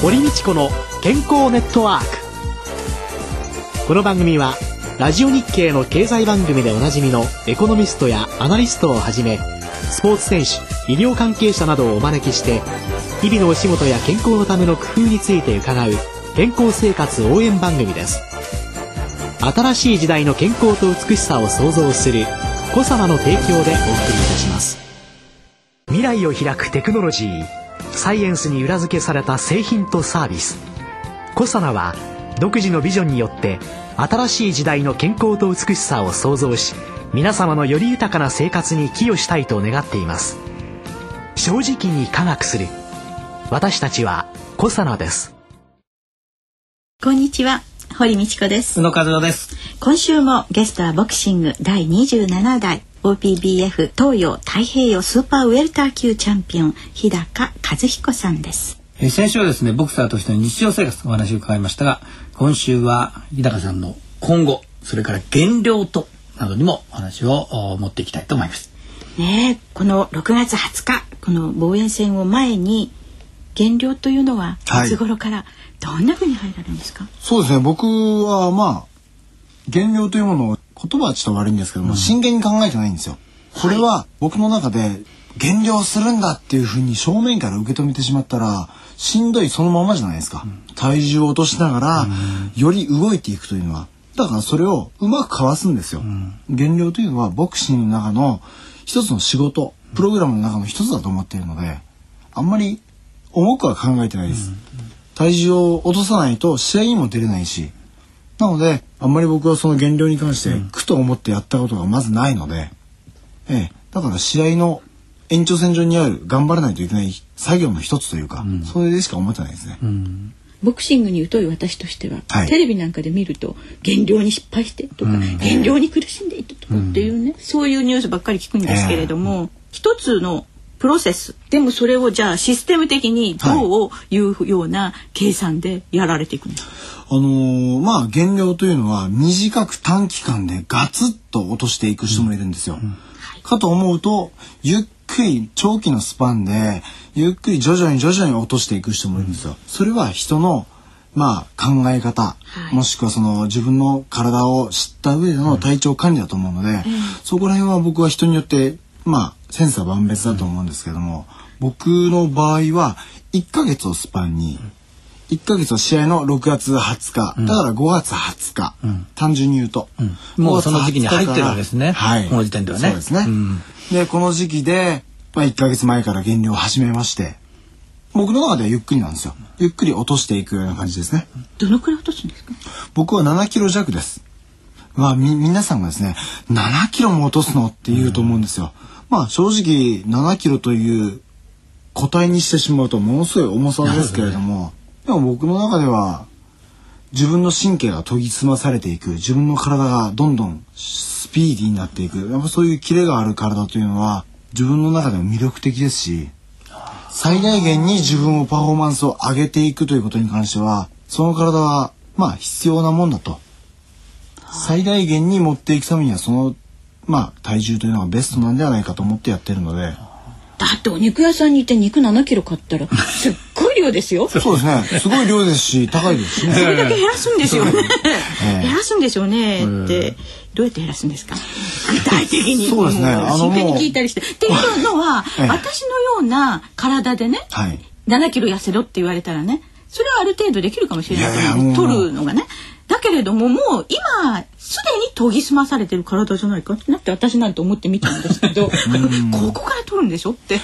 堀道子の健康ネットワーク。この番組はラジオ日経の経済番組でおなじみのエコノミストやアナリストをはじめ、スポーツ選手、医療関係者などをお招きして日々のお仕事や健康のための工夫について伺う健康生活応援番組です。新しい時代の健康と美しさを創造するコサナの提供でお送りいたします。未来を開くテクノロジー、サイエンスに裏付けされた製品とサービス。コサナは独自のビジョンによって新しい時代の健康と美しさを創造し、皆様のより豊かな生活に寄与したいと願っています。正直に科学する、私たちはコサナです。 こんにちは、堀道子です。 宇野和代です。 今週もゲストはボクシング第27代 OPBF 東洋太平洋スーパーウェルター級チャンピオン日高和彦さんです。 先週はですね、ボクサーとしての日常生活お話を伺いましたが、今週は日高さんの今後、それから減量となどにもお話を持っていきたいと思います。 ねえ、この6月20日この防衛戦を前に減量というのはいつ頃からどんな風に入られるんですか？ そうですね、僕は減量というものを、言葉はちょっと悪いんですけども、真剣に考えてないんですよ。これは僕の中で減量するんだっていう風に正面から受け止めてしまったらしんどいそのままじゃないですか。体重を落としながらより動いていくというのは、だからそれをうまくかわすんですよ。減量というのはボクシングの中の一つの仕事、プログラムの中の一つだと思っているので、あんまり重くは考えてないです。体重を落とさないと試合にも出れないし、なのであんまり僕はその減量に関して苦と思ってやったことがまずないので、だから試合の延長線上にある頑張らないといけない作業の一つというか、それでしか思ってないですね。 ボクシングに疎い私としては、テレビなんかで見ると減量に失敗してとか、減量に苦しんでいたとかっていうね、そういうニュースばっかり聞くんですけれども、一つのプロセスでもそれをじゃあシステム的にどういうような計算でやられていくんですか？ 減量というのは短く短期間でガツッと落としていく人もいるんですよ。かと思うとゆっくり長期のスパンでゆっくり徐々に落としていく人もいるんですよ。それは人の考え方、もしくはその自分の体を知った上での体調管理だと思うので、そこら辺は僕は人によって千差万別だと思うんですけども、僕の場合は1ヶ月をスパンに、1ヶ月を試合の6月20日、だから5月20日、単純に言うと、 もうその時期に入ってるわけですね。この時点ではね。 そうですね。でこの時期で、1ヶ月前から減量を始めまして、僕の中ではゆっくりなんですよ。ゆっくり落としていくような感じですね。 どのくらい落とすんですか？ 僕は7キロ弱です。皆さんがですね、7キロも落とすのって言うと思うんですよ。正直7キロという個体にしてしまうとものすごい重さですけれども、でも僕の中では自分の神経が研ぎ澄まされていく、自分の体がどんどんスピーディーになっていく、やっぱそういうキレがある体というのは自分の中でも魅力的ですし、最大限に自分をパフォーマンスを上げていくということに関しては、その体は必要なもんだと、最大限に持っていくためにはその体重というのがベストなんではないかと思ってやってるので。 だってお肉屋さんに行って肉7キロ買ったらすっごい量ですよ。 そうですね、すごい量ですし高いですしね。 それだけ減らすんですよね。減らすんでしょうねってどうやって減らすんですか？具体的に。 そうですね、 真剣に聞いたりしてっていうのは、私のような体でね、7キロ痩せろって言われたらね、それはある程度できるかもしれないと思うんで、取るのがね。だけれども、もう今すでに研ぎ澄まされてる体じゃないかってなって私なんて思ってみたんですけどここから取るんでしょって、って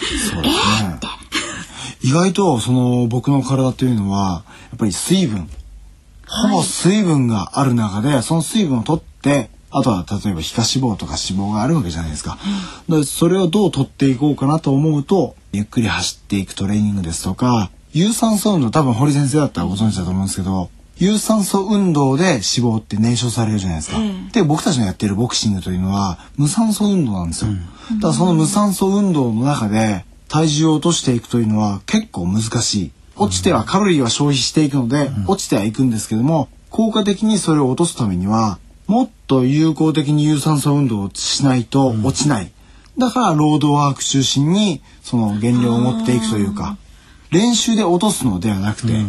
意外とその僕の体っていうのはやっぱり水分、ほぼ水分がある中で、その水分を取って、あとは例えば皮下脂肪とか脂肪があるわけじゃないですか。でそれをどう取っていこうかなと思うと、ゆっくり走っていくトレーニングですとか、有酸素運動、多分堀先生だったらご存知だと思うんですけど、有酸素運動で脂肪って燃焼されるじゃないですか。で僕たちのやっているボクシングというのは無酸素運動なんですよ。ただその無酸素運動の中で体重を落としていくというのは結構難しい。落ちてはカロリーは消費していくので、落ちてはいくんですけども、効果的にそれを落とすためにはもっと有効的に有酸素運動をしないと落ちない。だからロードワーク中心にその減量を持っていくというか、練習で落とすのではなくて、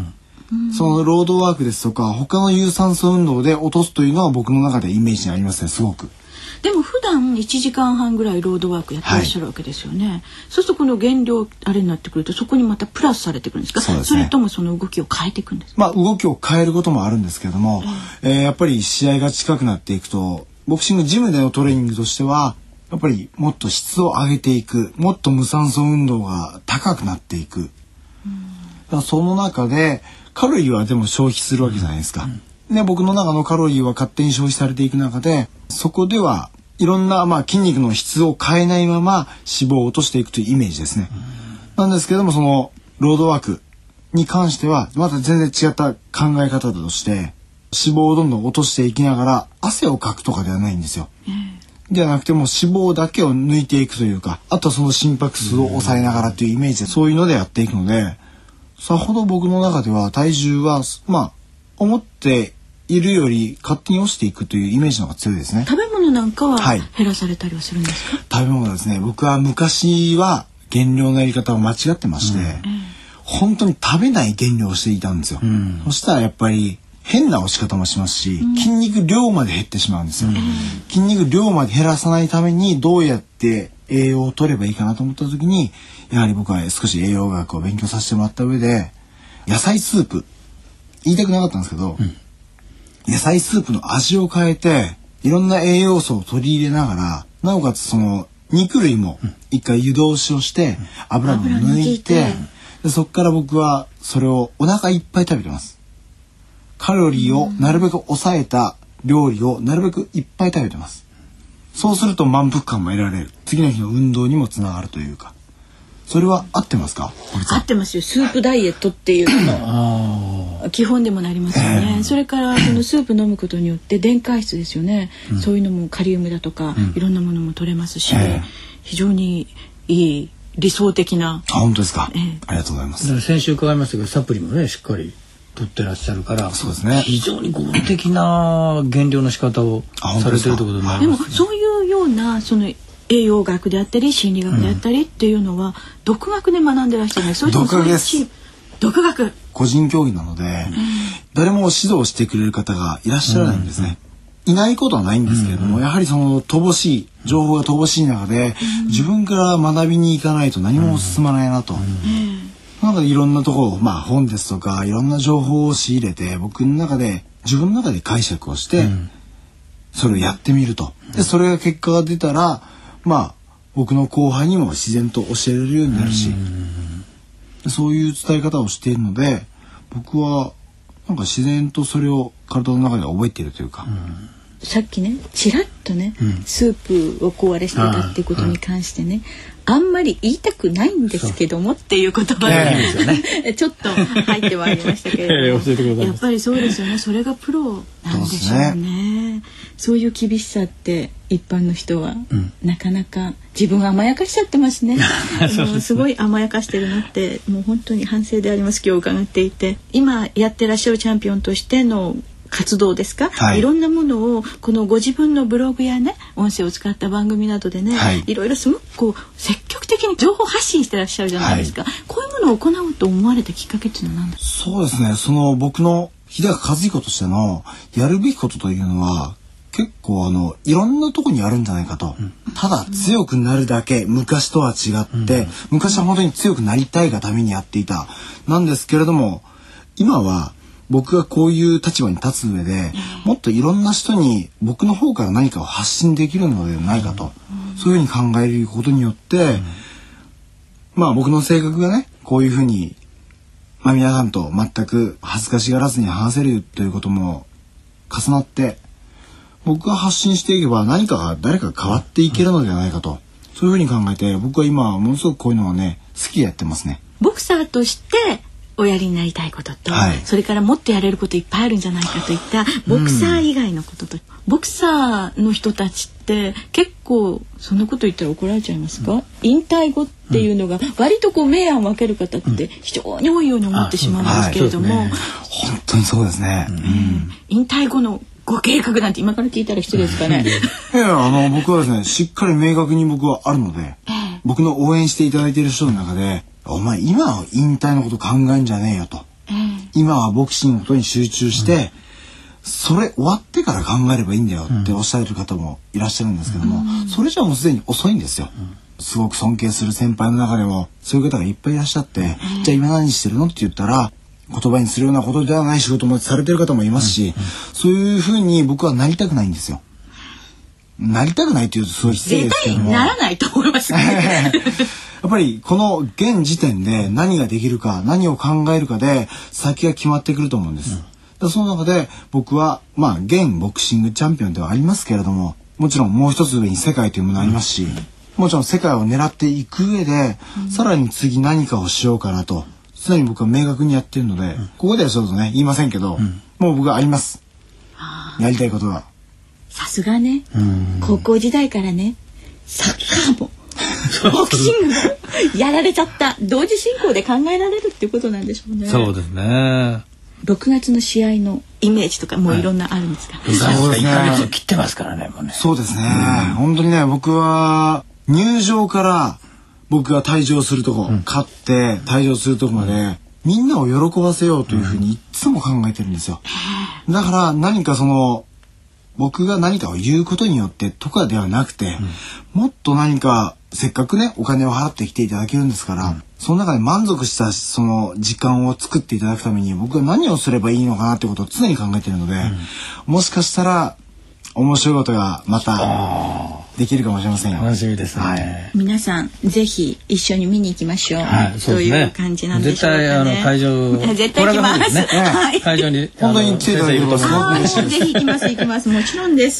そのロードワークですとか他の有酸素運動で落とすというのは僕の中でイメージにありますね、すごく。 でも普段1時間半ぐらいロードワークやってらっしゃるわけですよね。そうするとこの減量あれになってくるとそこにまたプラスされてくるんですか。 そうですね。 それともその動きを変えていくんですか。 動きを変えることもあるんですけれども、やっぱり試合が近くなっていくとボクシングジムでのトレーニングとしてはやっぱりもっと質を上げていく、もっと無酸素運動が高くなっていく。だからその中でカロリーはでも消費するわけじゃないですか。で僕の中のカロリーは勝手に消費されていく中でそこではいろんな筋肉の質を変えないまま脂肪を落としていくというイメージですね。なんですけどもそのロードワークに関してはまた全然違った考え方だとして脂肪をどんどん落としていきながら汗をかくとかではないんですよ。ではなくても脂肪だけを抜いていくというか、あとその心拍数を抑えながらというイメージでそういうのでやっていくので、さほど僕の中では体重は思っているより勝手に落ちていくというイメージの方が強いですね。 食べ物なんかは減らされたりはするんですか。 食べ物ですね。僕は昔は減量のやり方を間違ってまして、本当に食べない減量をしていたんですよ。そしたらやっぱり変な落ち方もしますし、筋肉量まで減ってしまうんですよ。筋肉量まで減らさないためにどうやって栄養を取ればいいかなと思った時に、やはり僕は少し栄養学を勉強させてもらった上で野菜スープ言いたくなかったんですけど、野菜スープの味を変えていろんな栄養素を取り入れながら、なおかつその肉類も一回湯通しをして油を抜いて、でそこから僕はそれをお腹いっぱい食べてます。カロリーをなるべく抑えた料理をなるべくいっぱい食べてます。そうすると満腹感も得られる、次の日の運動にもつながるというか。それは合ってますか。 合ってますよ。スープダイエットっていうの基本でもなりますよね。それからそのスープ飲むことによって電解質ですよね、そういうのもカリウムだとか、いろんなものも取れますし、非常にいい理想的な。 本当ですか。ありがとうございます。 先週伺いましたけどサプリもねしっかり取ってらっしゃるから、 そうですね、 非常に合理的な減量の仕方をされてるということになりますね。 でもそういうようなその栄養学であったり心理学であったりっていうのは、独学で学んでらっしゃるんです。 独学です。 独学。 個人競技なので、誰も指導してくれる方がいらっしゃらないんですね。いないことはないんですけれども、やはりその乏しい情報が乏しい中で、自分から学びに行かないと何も進まないなと。なんかいろんなところ、本ですとかいろんな情報を仕入れて僕の中で自分の中で解釈をして、それをやってみると。でそれが結果が出たら僕の後輩にも自然と教えられるようになるし、そういう伝え方をしているので僕はなんか自然とそれを体の中で覚えているというか。 さっきねちらっとね、スープをこうあれしてたっていうことに関してね、あんまり言いたくないんですけどもっていう言葉が、ちょっと入ってまいりましたけれどもやっぱりそうですよね。それがプロなんでしょうね。そういう厳しさって一般の人は、なかなか自分甘やかしちゃってますね。すごい甘やかしてるなってもう本当に反省であります。今日伺っていて今やってらっしゃるチャンピオンとしての活動ですか、いろんなものをこのご自分のブログやね音声を使った番組などでね、いろいろすごくこう積極的に情報発信してらっしゃるじゃないですか、こういうものを行おうと思われたきっかけっていうのは何ですか。 そうですね、その僕の日高和彦としてのやるべきことというのは結構いろんなとこにあるんじゃないかと、ただ強くなるだけ昔とは違って、昔は本当に強くなりたいがためにやっていたなんですけれども、今は僕がこういう立場に立つ上でもっといろんな人に僕の方から何かを発信できるのではないかと、そういうふうに考えることによって、僕の性格がねこういうふうに、皆さんと全く恥ずかしがらずに話せるということも重なって僕が発信していけば何かが誰かが変わっていけるのではないかと、そういうふうに考えて僕は今ものすごくこういうのはね好きでやってますね。 ボクサーとしておやりになりたいことと、それからもっとやれることいっぱいあるんじゃないかといったボクサー以外のことと、ボクサーの人たちって結構そんなこと言ったら怒られちゃいますか、引退後っていうのが割とこう明暗を分ける方って非常に多いように思ってしまうんですけれども、 本当にそうですね、 引退後のご計画なんて今から聞いたら失礼ですかね。 僕はですねしっかり明確に僕はあるので、僕の応援していただいている人の中でお前今は引退のこと考えんじゃねえよと今はボクシングのことに集中して、それ終わってから考えればいいんだよっておっしゃる方もいらっしゃるんですけども、それじゃもうすでに遅いんですよ。すごく尊敬する先輩の中でもそういう方がいっぱいいらっしゃって、じゃあ今何してるのって言ったら、言葉にするようなことではない仕事もされてる方もいますし、そういうふうに僕はなりたくないんですよ。なりたくないというとすごい失礼ですけども、 ならないと思いますね。 やっぱりこの現時点で何ができるか、何を考えるかで先が決まってくると思うんです。その中で僕は現ボクシングチャンピオンではありますけれども、もちろんもう一つ上に世界というものありますし、もちろん世界を狙っていく上で、さらに次何かをしようかなと常に僕は明確にやってるので、ここではそうとね言いませんけど、もう僕はあります。やりたいことが。 さすがね、高校時代からね、サッカーもボクシングもやられちゃった同時進行で考えられるっていうことなんでしょうね。 そうですね。 6月の試合のイメージとかもういろんなあるんですか。 そうですね。1ヶ月切ってますからね、もうね。 そうですね。本当にね、僕は入場から僕が退場するとこ、勝って退場するとこまでみんなを喜ばせようというふうにいつも考えてるんですよ。だから何か僕が何かを言うことによってとかではなくて、もっと何かせっかくねお金を払ってきていただけるんですから、その中で満足したその時間を作っていただくために僕は何をすればいいのかなってことを常に考えているので、もしかしたら面白いことがまたできるかもしれませんよ。 楽しみですね。 皆さんぜひ一緒に見に行きましょう。という感じなんでしょうかね。 絶対会場絶対行きます。 会場に本当に来ていただけるとすごく嬉しいです。 ぜひ行きます。もちろんです。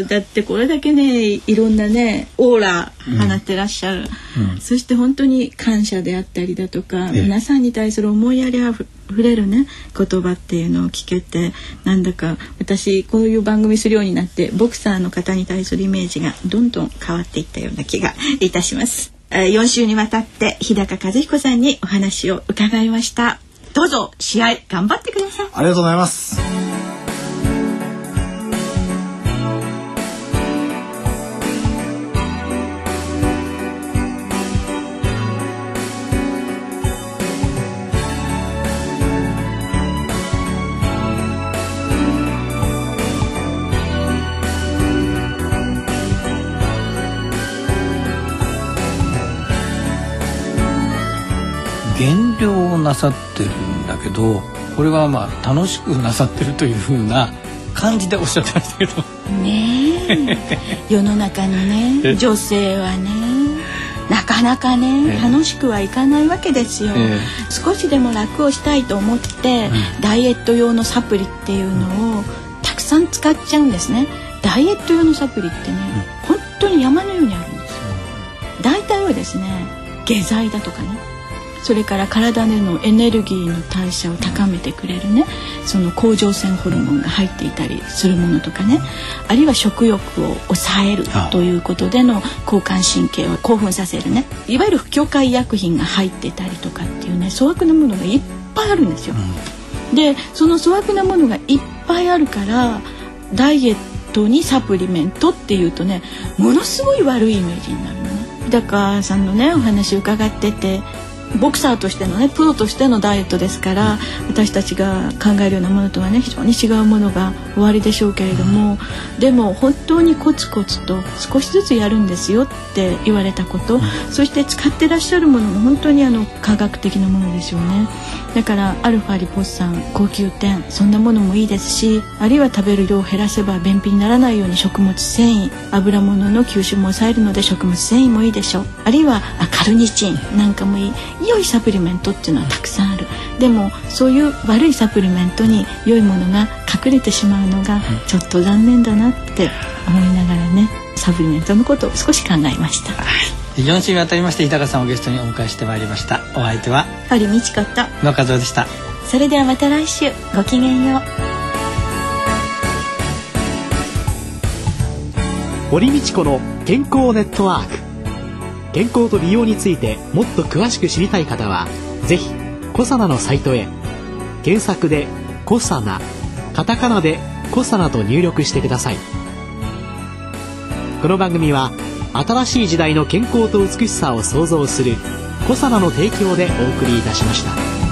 だってこれだけねいろんなねオーラ放ってらっしゃる。そして本当に感謝であったりだとか、皆さんに対する思いやりあふれるね言葉っていうのを聞けて、なんだか私こういう番組するようになってボクサーの方に対するイメージがどんどん変わっていったような気がいたします。4週にわたって日高和彦さんにお話を伺いました。どうぞ試合頑張ってください。 ありがとうございます。 減量をなさってるんだけど、これは楽しくなさってるという風な感じでおっしゃってましたけどね世の中にね女性はねなかなかね楽しくはいかないわけですよ。少しでも楽をしたいと思って、ダイエット用のサプリっていうのをたくさん使っちゃうんですね。ダイエット用のサプリってね、本当に山のようにあるんですよ。大体はですね下剤だとかね、それから体でのエネルギーの代謝を高めてくれるね、その甲状腺ホルモンが入っていたりするものとかね、あるいは食欲を抑えるということでの交感神経を興奮させるね、いわゆる不許可医薬品が入ってたりとかっていうね、粗悪なものがいっぱいあるんですよ。でその粗悪なものがいっぱいあるから、ダイエットにサプリメントっていうとね、ものすごい悪いイメージになるのね。日高さんのねお話を伺ってて、ボクサーとしてのねプロとしてのダイエットですから、私たちが考えるようなものとはね非常に違うものがおありでしょうけれども、でも本当にコツコツと少しずつやるんですよって言われたこと、そして使ってらっしゃるものも本当に科学的なものですよね。だからアルファリポ酸、高級店、そんなものもいいですし、あるいは食べる量を減らせば便秘にならないように食物繊維、油物の吸収も抑えるので食物繊維もいいでしょう。あるいはカルニチンなんかもいい良いサプリメントっていうのはたくさんある。でもそういう悪いサプリメントに良いものが隠れてしまうのがちょっと残念だなって思いながらね、サプリメントのことを少し考えました。 4週にわたりまして日高さんをゲストにお迎えしてまいりました。お相手は堀道子と野和夫でした。 それではまた来週、ごきげんよう。 堀道子の健康ネットワーク。健康と美容についてもっと詳しく知りたい方はぜひコサナのサイトへ。検索でコサナ、カタカナでコサナと入力してください。この番組は新しい時代の健康と美しさを創造するコサナの提供でお送りいたしました。